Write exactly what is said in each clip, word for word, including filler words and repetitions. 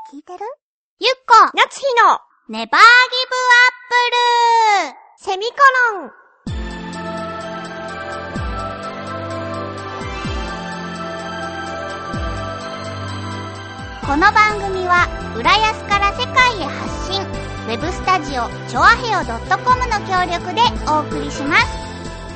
聞いてる？ゆっこなつひのネバーギブアップルセミコロン。 この番組は浦安から世界へ発信、ウェブスタジオチョアヘオ .com の協力でお送りします。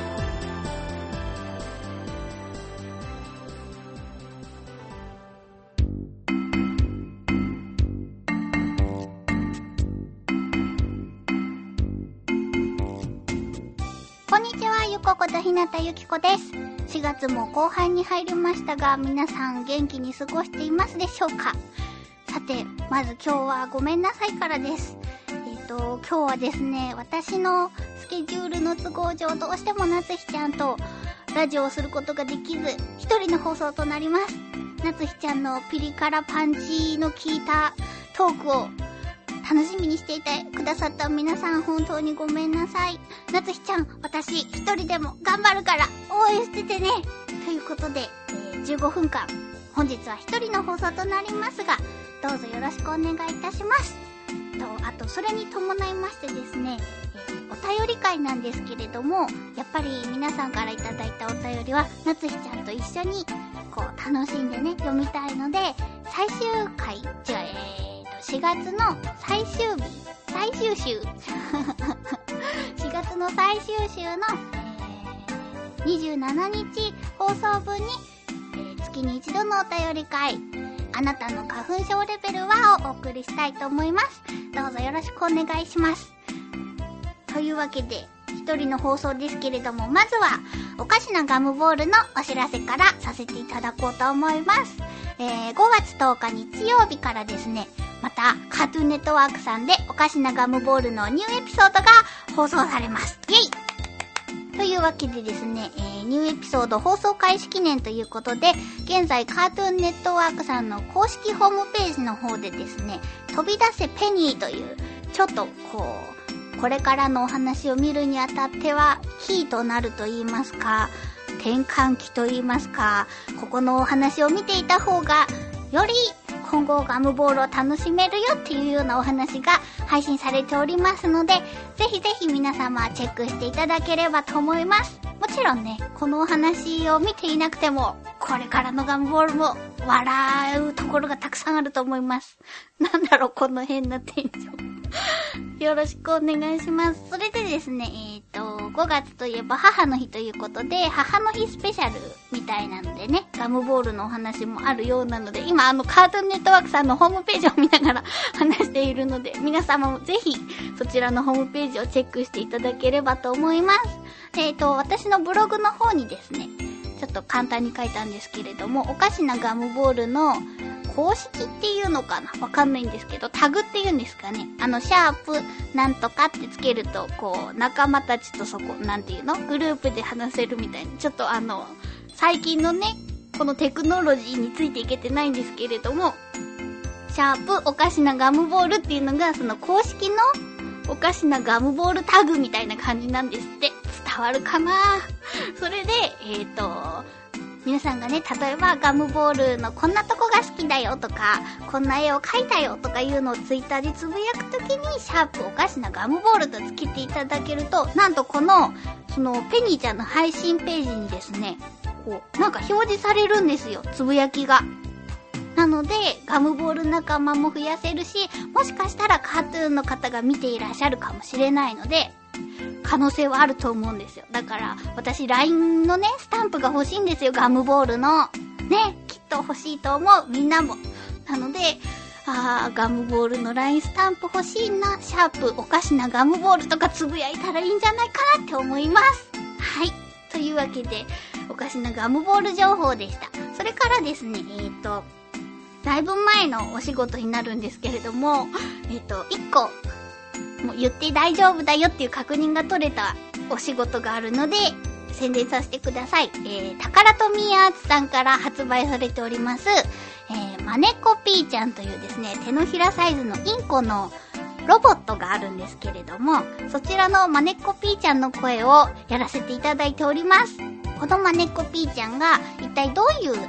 こんにちは、ゆこことひなたゆきこです。しがつも後半に入りましたが、皆さん元気に過ごしていますでしょうか？さて、まず今日はごめんなさいからです。えっと、今日はですね、私のスケジュールの都合上、どうしてもなつひちゃんとラジオをすることができず、一人の放送となります。なつひちゃんのピリ辛パンチの効いたトークを楽しみにしていてくださった皆さん、本当にごめんなさい。なつひちゃん、私一人でも頑張るから応援しててね。ということで、えー、じゅうごふんかん、本日は一人の放送となりますが、どうぞよろしくお願いいたします。と、あとそれに伴いましてですね、えー、お便り会なんですけれども、やっぱり皆さんからいただいたお便りはなつひちゃんと一緒にこう楽しんでね、読みたいので、最終回、じゃあ、えーしがつの最終日、最終週しがつの最終週の、えー、にじゅうしちにち放送分に、えー、月に一度のお便り会、あなたの花粉症レベルはをお送りしたいと思います。どうぞよろしくお願いします。というわけで、一人の放送ですけれども、まずはおかしなガムボールのお知らせからさせていただこうと思います。えー、ごがつとおか日曜日からですね、またカートゥーンネットワークさんでおかしなガムボールのニューエピソードが放送されます。イェイ！というわけでですね、えー、ニューエピソード放送開始記念ということで、現在カートゥーンネットワークさんの公式ホームページの方でですね、飛び出せペニーというちょっとこうこれからのお話を見るにあたってはキーとなると言いますか、転換期と言いますか、ここのお話を見ていた方がより今後ガムボールを楽しめるよっていうようなお話が配信されておりますので、ぜひぜひ皆様チェックしていただければと思います。もちろんね、このお話を見ていなくてもこれからのガムボールも笑うところがたくさんあると思います。なんだろうこの変なテンションよろしくお願いします。それでですね、えっと、ごがつといえば母の日ということで、母の日スペシャルみたいなのでね、ガムボールのお話もあるようなので、今あのカートゥーンネットワークさんのホームページを見ながら話しているので、皆様もぜひそちらのホームページをチェックしていただければと思います。えっと、私のブログの方にですね、ちょっと簡単に書いたんですけれども、おかしなガムボールの公式っていうのかな、わかんないんですけど、タグっていうんですかね、あのシャープなんとかってつけると、こう仲間たちとそこなんていうの、グループで話せるみたいに、ちょっとあの最近のね、このテクノロジーについていけてないんですけれども、シャープおかしなガムボールっていうのがその公式のおかしなガムボールタグみたいな感じなんですって。伝わるかな？それでえっと皆さんがね、例えばガムボールのこんなとこが好きだよとか、こんな絵を描いたよとかいうのをツイッターでつぶやくときに、シャープおかしなガムボールとつけていただけると、なんとこの、そのペニーちゃんの配信ページにですね、こう、なんか表示されるんですよ、つぶやきが。なので、ガムボール仲間も増やせるし、もしかしたらカートゥーンの方が見ていらっしゃるかもしれないので、可能性はあると思うんですよ。だから私 ライン のねスタンプが欲しいんですよ、ガムボールのね、きっと欲しいと思う、みんなも。なので、あーガムボールの ライン スタンプ欲しいな、シャープおかしなガムボールとかつぶやいたらいいんじゃないかなって思います。はい、というわけでおかしなガムボール情報でした。それからですね、えーとだいぶ前のお仕事になるんですけれども、えーといっこもう言って大丈夫だよっていう確認が取れたお仕事があるので宣伝させてください。えー、タカラトミーアーツさんから発売されております、えー、マネコピーちゃんというですね、手のひらサイズのインコのロボットがあるんですけれども、そちらのマネコピーちゃんの声をやらせていただいております。このマネコピーちゃんが一体どういう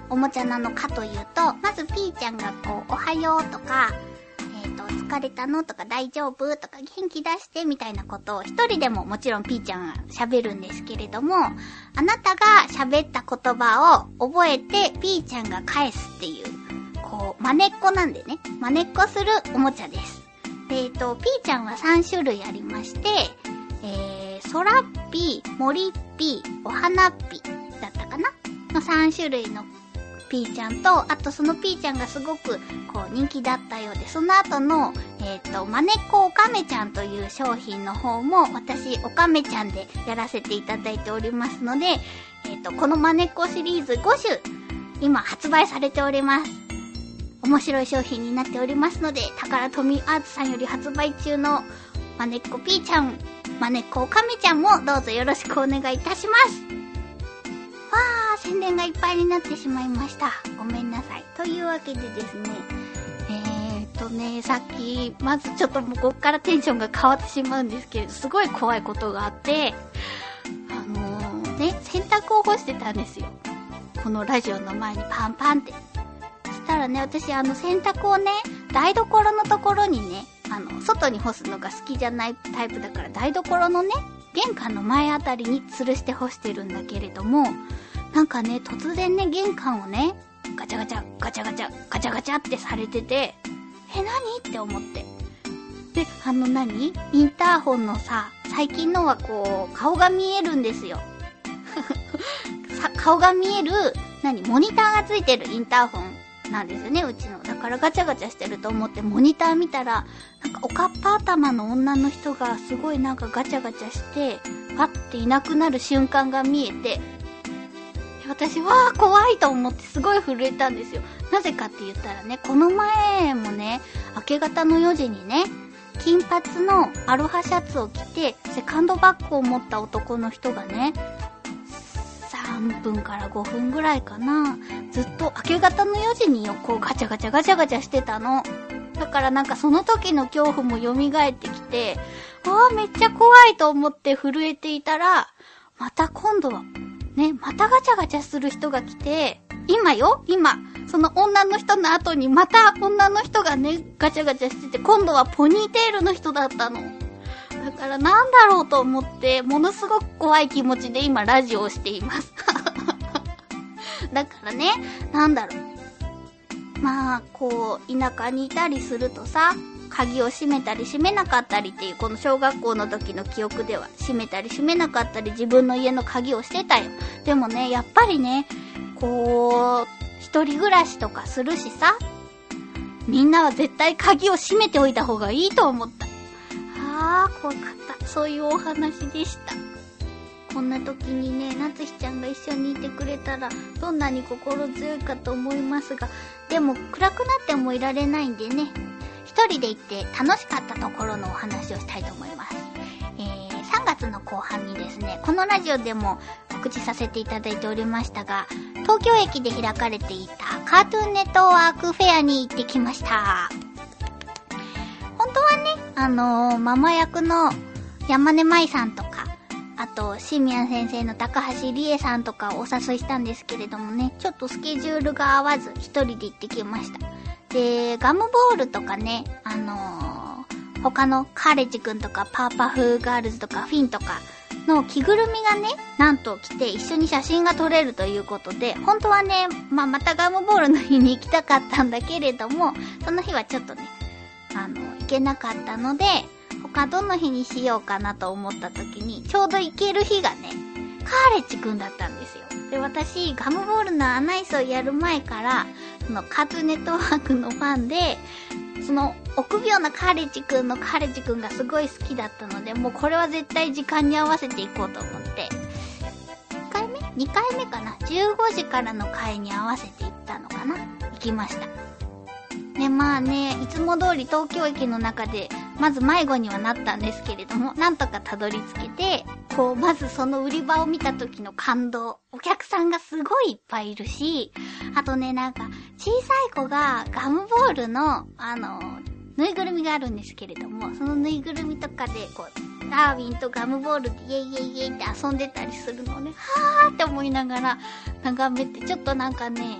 おもちゃなのかというと、まずピーちゃんがこう、おはようとか、えっと、疲れたのとか大丈夫とか元気出してみたいなことを一人でももちろんピーちゃんは喋るんですけれども、あなたが喋った言葉を覚えてピーちゃんが返すっていう、こう、真似っこなんでね、真似っこするおもちゃです。えっと、ピーちゃんはさん種類ありまして、えー、空っぴ、森っぴ、お花っぴだったかなのさん種類のピーちゃんと、あとそのピーちゃんがすごくこう人気だったようで、その後の、えっと、まねっこおかめちゃんという商品の方も私おかめちゃんでやらせていただいておりますので、えっと、このまねっこシリーズご種今発売されております。面白い商品になっておりますので、タカラトミーアーツさんより発売中のまねっこピーちゃん、まねっこおかめちゃんもどうぞよろしくお願いいたします。わー、宣伝がいっぱいになってしまいました。ごめんなさい。というわけでですね、えーっとね、さっき、まずちょっともうこっからテンションが変わってしまうんですけれど、すごい怖いことがあって、あのー、ね、洗濯を干してたんですよ。このラジオの前にパンパンって。そしたらね、私あの洗濯をね、台所のところにね、あの、外に干すのが好きじゃないタイプだから、台所のね、玄関の前あたりに吊るして干してるんだけれども、なんかね、突然ね、玄関をね、ガチャガチャ、ガチャガチャ、ガチャガチャってされてて、え、何って思って。で、あの何インターホンのさ、最近のはこう、顔が見えるんですよ。さ、顔が見える、何モニターがついてるインターホンなんですよね、うちの。だからガチャガチャしてると思ってモニター見たら、なんかおかっぱ頭の女の人がすごいなんかガチャガチャして、パッていなくなる瞬間が見えて、私は怖いと思ってすごい震えたんですよ。なぜかって言ったらね、この前もね、明け方のよじにね、金髪のアロハシャツを着てセカンドバッグを持った男の人がね、さんぷんからごふんぐらいかな、ずっと明け方のよじにこうガチャガチャガチャガチャしてたの。だからなんかその時の恐怖も蘇ってきて、わーめっちゃ怖いと思って震えていたら、また今度はね、またガチャガチャする人が来て、今よ今、その女の人の後にまた女の人がね、ガチャガチャしてて、今度はポニーテールの人だったの。だからなんだろうと思って、ものすごく怖い気持ちで今ラジオをしています。だからね、なんだろう。まあ、こう、田舎にいたりするとさ、鍵を閉めたり閉めなかったりっていう、この小学校の時の記憶では、閉めたり閉めなかったり自分の家の鍵をしてたよ。でもね、やっぱりね、こう、一人暮らしとかするしさ、みんなは絶対鍵を閉めておいた方がいいと思った。あー、怖かった。そういうお話でした。こんな時にね、なつひちゃんが一緒にいてくれたら、どんなに心強いかと思いますが、でも暗くなってもいられないんでね、一人で行って楽しかったところのお話をしたいと思います。えー、さんがつの後半にですね、このラジオでも告知させていただいておりましたが、東京駅で開かれていたカートゥーンネットワークフェアに行ってきました。本当はね、あのー、ママ役の山根舞さんとか、あと、シミヤン先生の高橋理恵さんとかをお誘いしたんですけれどもね、ちょっとスケジュールが合わず一人で行ってきました。で、ガムボールとかね、あのー、他のカレッジくんとかパーパフガールズとかフィンとかの着ぐるみがね、なんと来て一緒に写真が撮れるということで、本当はね、まあ、またガムボールの日に行きたかったんだけれども、その日はちょっとね、あの、行けなかったので、他どの日にしようかなと思った時に、ちょうど行ける日がね、カーレッジくんだったんですよ。で、私、ガムボールのアナイスをやる前から、そのカートゥーンネットワークのファンで、その臆病なカーレッジくんのカーレッジくんがすごい好きだったので、もうこれは絶対時間に合わせていこうと思って、いっかいめ ?に 回目かな ?じゅうごじからの回に合わせて行ったのかな、行きました。ね、まあね、いつも通り東京駅の中で、まず迷子にはなったんですけれども、なんとかたどり着けて、こう、まずその売り場を見た時の感動。お客さんがすごいいっぱいいるし、あとね、なんか、小さい子がガムボールの、あの、ぬいぐるみがあるんですけれども、そのぬいぐるみとかで、こう、ダーウィンとガムボールでイエイイエイイエイって遊んでたりするのをね、はーって思いながら眺めて、ちょっとなんかね、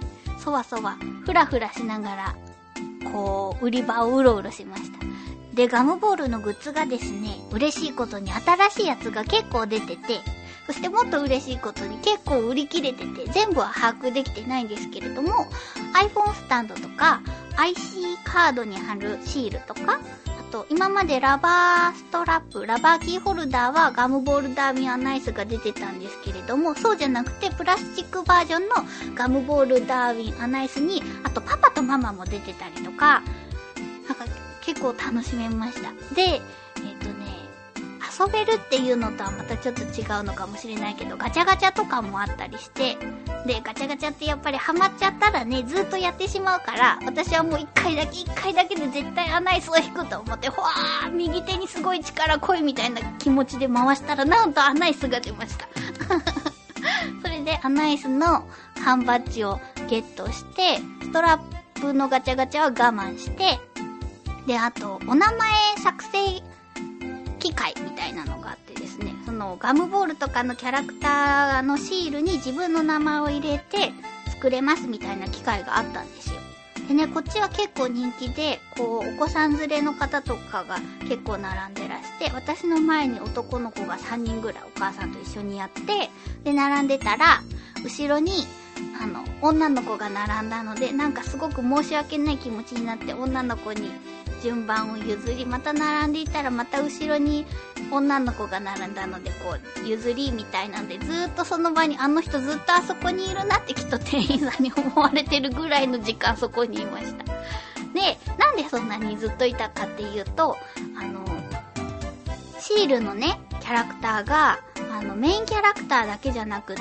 そわそわ、ふらふらしながら、こう、売り場をうろうろしました。で、ガムボールのグッズがですね、嬉しいことに新しいやつが結構出てて、そしてもっと嬉しいことに結構売り切れてて、全部は把握できてないんですけれども、iPhone スタンドとか、アイシー カードに貼るシールとか、あと、今までラバーストラップ、ラバーキーホルダーはガムボールダーウィンアナイスが出てたんですけれども、そうじゃなくてプラスチックバージョンのガムボールダーウィンアナイスに、あとパパとママも出てたりとか、なんか結構楽しめました。で、えっとね、遊べるっていうのとはまたちょっと違うのかもしれないけど、ガチャガチャとかもあったりして、で、ガチャガチャってやっぱりハマっちゃったらね、ずっとやってしまうから、私はもう一回だけ一回だけで絶対アナイスを引くと思って、ほわー、右手にすごい力こいみたいな気持ちで回したら、なんとアナイスが出ました。それでアナイスの缶バッジをゲットして、ストラップのガチャガチャは我慢して、で、あと、お名前作成機械みたいなのがあってですね、そのガムボールとかのキャラクターのシールに自分の名前を入れて作れますみたいな機械があったんですよ。でね、こっちは結構人気で、こう、お子さん連れの方とかが結構並んでらして、私の前に男の子がさんにんぐらいお母さんと一緒にやって、で、並んでたら、後ろに、あの、女の子が並んだので、なんかすごく申し訳ない気持ちになって、女の子に順番を譲り、また並んでいたらまた後ろに女の子が並んだので、こう譲りみたいなんで、ずーっとその場に、あの人ずっとあそこにいるなってきっと店員さんに思われてるぐらいの時間そこにいました。で、なんでそんなにずっといたかっていうと、あのシールのねキャラクターがあのメインキャラクターだけじゃなくって、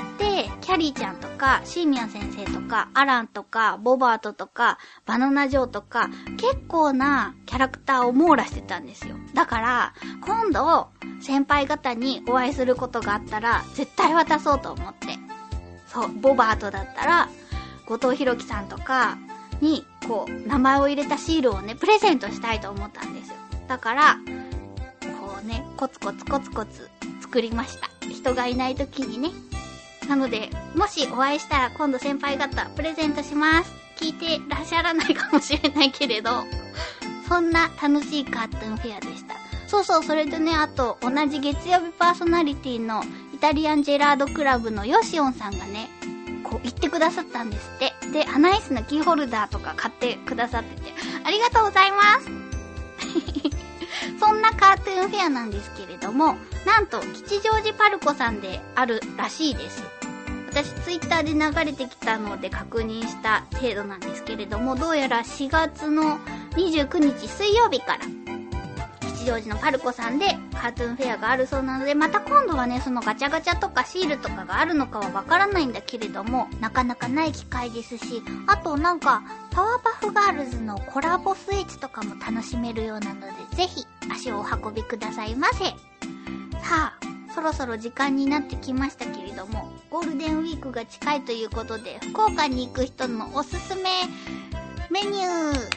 キャリーちゃんとかシーミヤ先生とかアランとかボバートとかバナナジョーとか結構なキャラクターを網羅してたんですよ。だから今度先輩方にお会いすることがあったら絶対渡そうと思って、そう、ボバートだったら後藤弘樹さんとかにこう名前を入れたシールをねプレゼントしたいと思ったんですよ。だからこうねコツコツコツコツ作りました。人がいない時にね。なのでもしお会いしたら今度先輩方プレゼントします。聞いてらっしゃらないかもしれないけれど、そんな楽しいカートゥーンフェアでした。そうそう、それでね、あと同じ月曜日パーソナリティのイタリアンジェラードクラブのヨシオンさんがねこう言ってくださったんですって。で、アナイスのキーホルダーとか買ってくださっててありがとうございますそんなカートゥーンフェアなんですけれども、なんと吉祥寺パルコさんであるらしいです。私ツイッターで流れてきたので確認した程度なんですけれども、どうやらしがつのにじゅうくにち水曜日から吉祥寺のパルコさんでカートゥーンフェアがあるそうなので、また今度はねそのガチャガチャとかシールとかがあるのかはわからないんだけれども、なかなかない機会ですし、あとなんかパワーパフガールズのコラボスイーツとかも楽しめるようなので、ぜひ足をお運びくださいませ。さあそろそろ時間になってきましたけれども、ゴールデンウィークが近いということで福岡に行く人のおすすめメニュー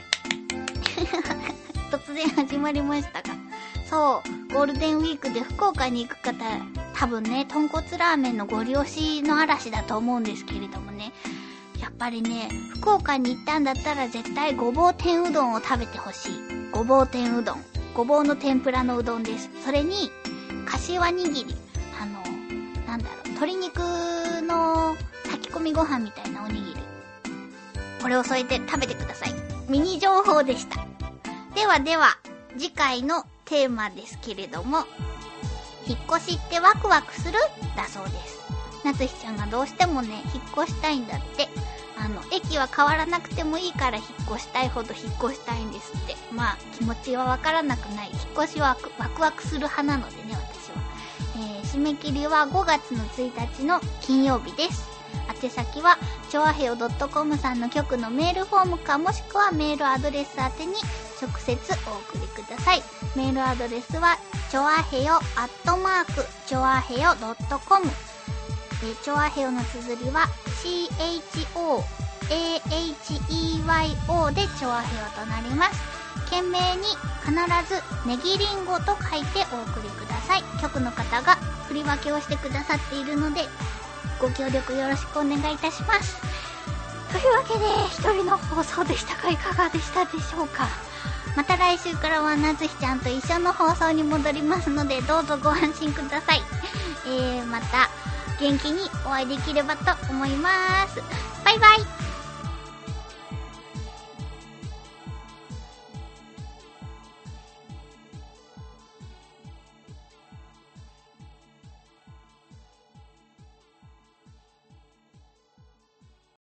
突然始まりましたが、そうゴールデンウィークで福岡に行く方、多分ね豚骨ラーメンのご利用しの嵐だと思うんですけれどもね、やっぱりね福岡に行ったんだったら絶対ごぼう天うどんを食べてほしい。ごぼう天うどん、ごぼうの天ぷらのうどんです。それに柏握り、あのなんだろう、鶏肉の炊き込みご飯みたいなおにぎり、これを添えて食べてください。ミニ情報でした。ではでは次回のテーマですけれども、引っ越しってワクワクするだそうです。なつひちゃんがどうしてもね引っ越したいんだって。あの駅は変わらなくてもいいから引っ越したいほど引っ越したいんですって。まあ気持ちはわからなくない、引っ越しはワクワクする派なのでね、私は、えー、締め切りはごがつのついたちの金曜日です。宛先はチョアヘオ .com さんの局のメールフォームか、もしくはメールアドレス宛てに直接お送りください。メールアドレスはチョアヘヨアットマークチョアヘヨ .com、えチョアヘヨの綴りは シーエイチオーエーエイチイーワイオー でチョアヘヨとなります。懸命に必ずネギリンゴと書いてお送りください。局の方が振り分けをしてくださっているのでご協力よろしくお願いいたします。 というわけで、一人の放送でしたがいかがでしたでしょうか。また来週からはなつひちゃんと一緒の放送に戻りますので、どうぞご安心ください。えー、また元気にお会いできればと思います。バイバイ。